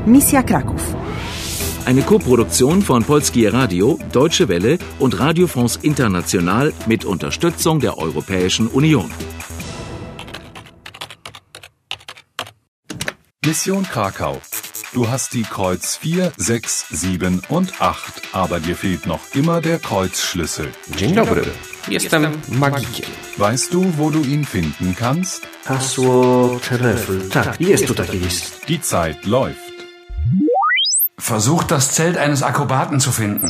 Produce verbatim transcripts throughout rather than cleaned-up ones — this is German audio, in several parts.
Misja Kraków. Eine Koproduktion von Polskie Radio, Deutsche Welle und Radio France International mit Unterstützung der Europäischen Union. Mission Krakau. Du hast die Kreuz vier, sechs, sieben und acht, aber dir fehlt noch immer der Kreuzschlüssel. Dzień dobry, jestem magikiem. Weißt du, wo du ihn finden kannst? Hasło Trefl. Tak, jest tu taki list. Die Zeit läuft. Versucht, das Zelt eines Akrobaten zu finden.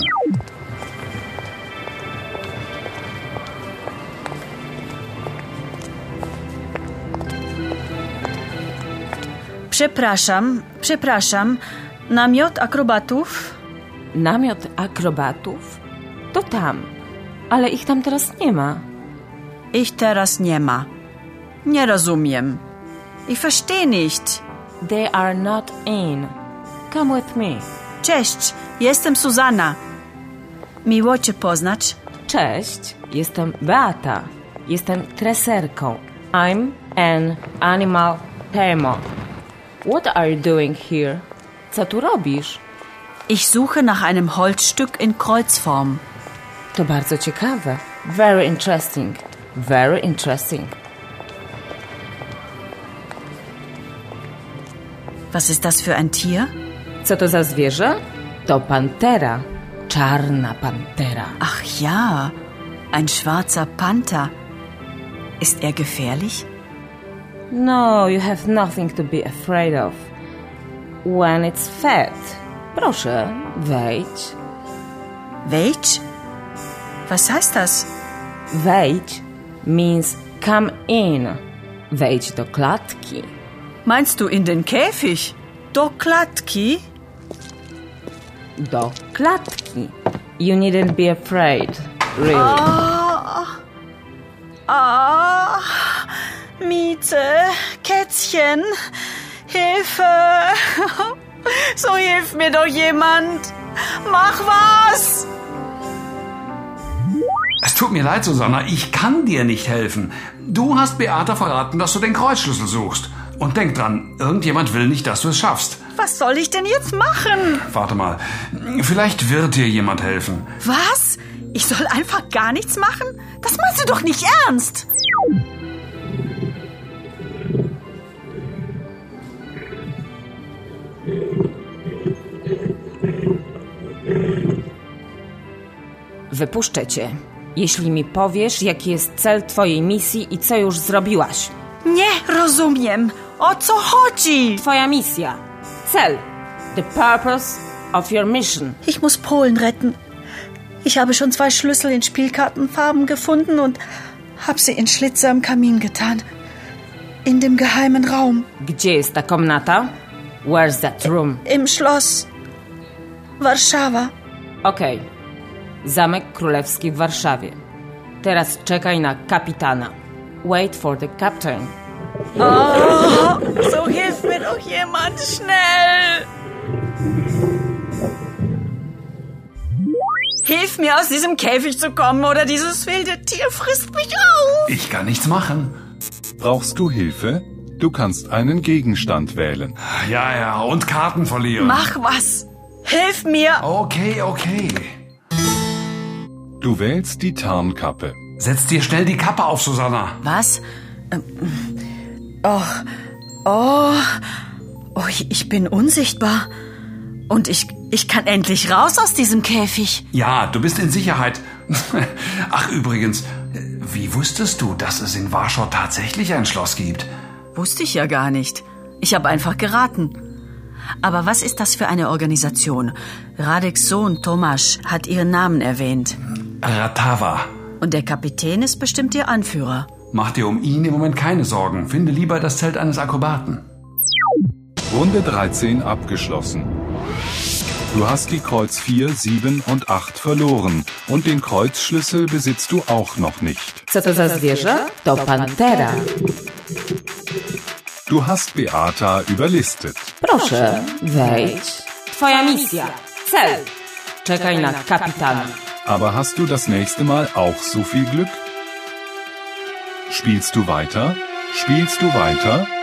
Przepraszam, przepraszam. Namiot akrobatów? Namiot akrobatów? To tam, ale ich tam teraz nie ma. Ich teraz nie ma. Nie rozumiem. Ich verstehe nicht. They are not in. Come with me. Cześć, jestem Susanna. Miło cię poznać. Cześć, jestem Beata. Jestem treserką. I'm an animal tamer. What are you doing here? Co tu robisz? Ich suche nach einem Holzstück in Kreuzform. To bardzo ciekawe. Very interesting. Very interesting. Was ist das für ein Tier? Co to za zwierzę? To pantera. Czarna pantera. Ach ja, ein schwarzer Panther. Ist er gefährlich? No, you have nothing to be afraid of. When it's fed. Proszę, wejdź. Wejdź? Was heißt das? Wejdź means come in. Wejdź do klatki. Meinst du in den Käfig? Do klatki? Do klatki. You needn't be afraid. Really. Ah, ah, Mieze, Kätzchen, Hilfe. So hilft mir doch jemand. Mach was! Es tut mir leid, Susanna, ich kann dir nicht helfen. Du hast Beata verraten, dass du den Kreuzschlüssel suchst. Und denk dran, irgendjemand will nicht, dass du es schaffst. Was soll ich denn jetzt machen? Warte mal, vielleicht wird dir jemand helfen. Was? Ich soll einfach gar nichts machen? Das meinst du doch nicht ernst. Wypuszczę cię, jeśli mi powiesz, jaki jest cel twojej misji i co już zrobiłaś. Nie rozumiem. O co chodzi? Twoja misja. Cel. The purpose of your mission. Ich muss Polen retten. Ich habe schon zwei Schlüssel in Spielkartenfarben gefunden und habe sie in Schlitze am Kamin getan. In dem geheimen Raum. Gdzie jest ta komnata? Where's that room? Im Schloss. Warszawa. Okej. Okay. Zamek Królewski w Warszawie. Teraz czekaj na kapitana. Wait for the captain. Oh, so hilft mir doch jemand schnell. Hilf mir, aus diesem Käfig zu kommen, oder dieses wilde Tier frisst mich auf. Ich kann nichts machen. Brauchst du Hilfe? Du kannst einen Gegenstand wählen. Ja, ja, und Karten verlieren. Mach was. Hilf mir. Okay, okay. Du wählst die Tarnkappe. Setz dir schnell die Kappe auf, Susanna. Was? Oh, oh, oh, ich bin unsichtbar. Und ich, ich kann endlich raus aus diesem Käfig. Ja, du bist in Sicherheit. Ach, übrigens, wie wusstest du, dass es in Warschau tatsächlich ein Schloss gibt? Wusste ich ja gar nicht. Ich habe einfach geraten. Aber was ist das für eine Organisation? Radeks Sohn Tomasz hat ihren Namen erwähnt. Ratava. Und der Kapitän ist bestimmt ihr Anführer. Mach dir um ihn im Moment keine Sorgen. Finde lieber das Zelt eines Akrobaten. Runde dreizehn abgeschlossen. Du hast die Kreuz vier, sieben und acht verloren. Und den Kreuzschlüssel besitzt du auch noch nicht. Co to za zwierzę? To pantera. Du hast Beata überlistet. Proszę, wejdź. Twoja misja. Cel. Czekaj na kapitana. Aber hast du das nächste Mal auch so viel Glück? Spielst du weiter? Spielst du weiter?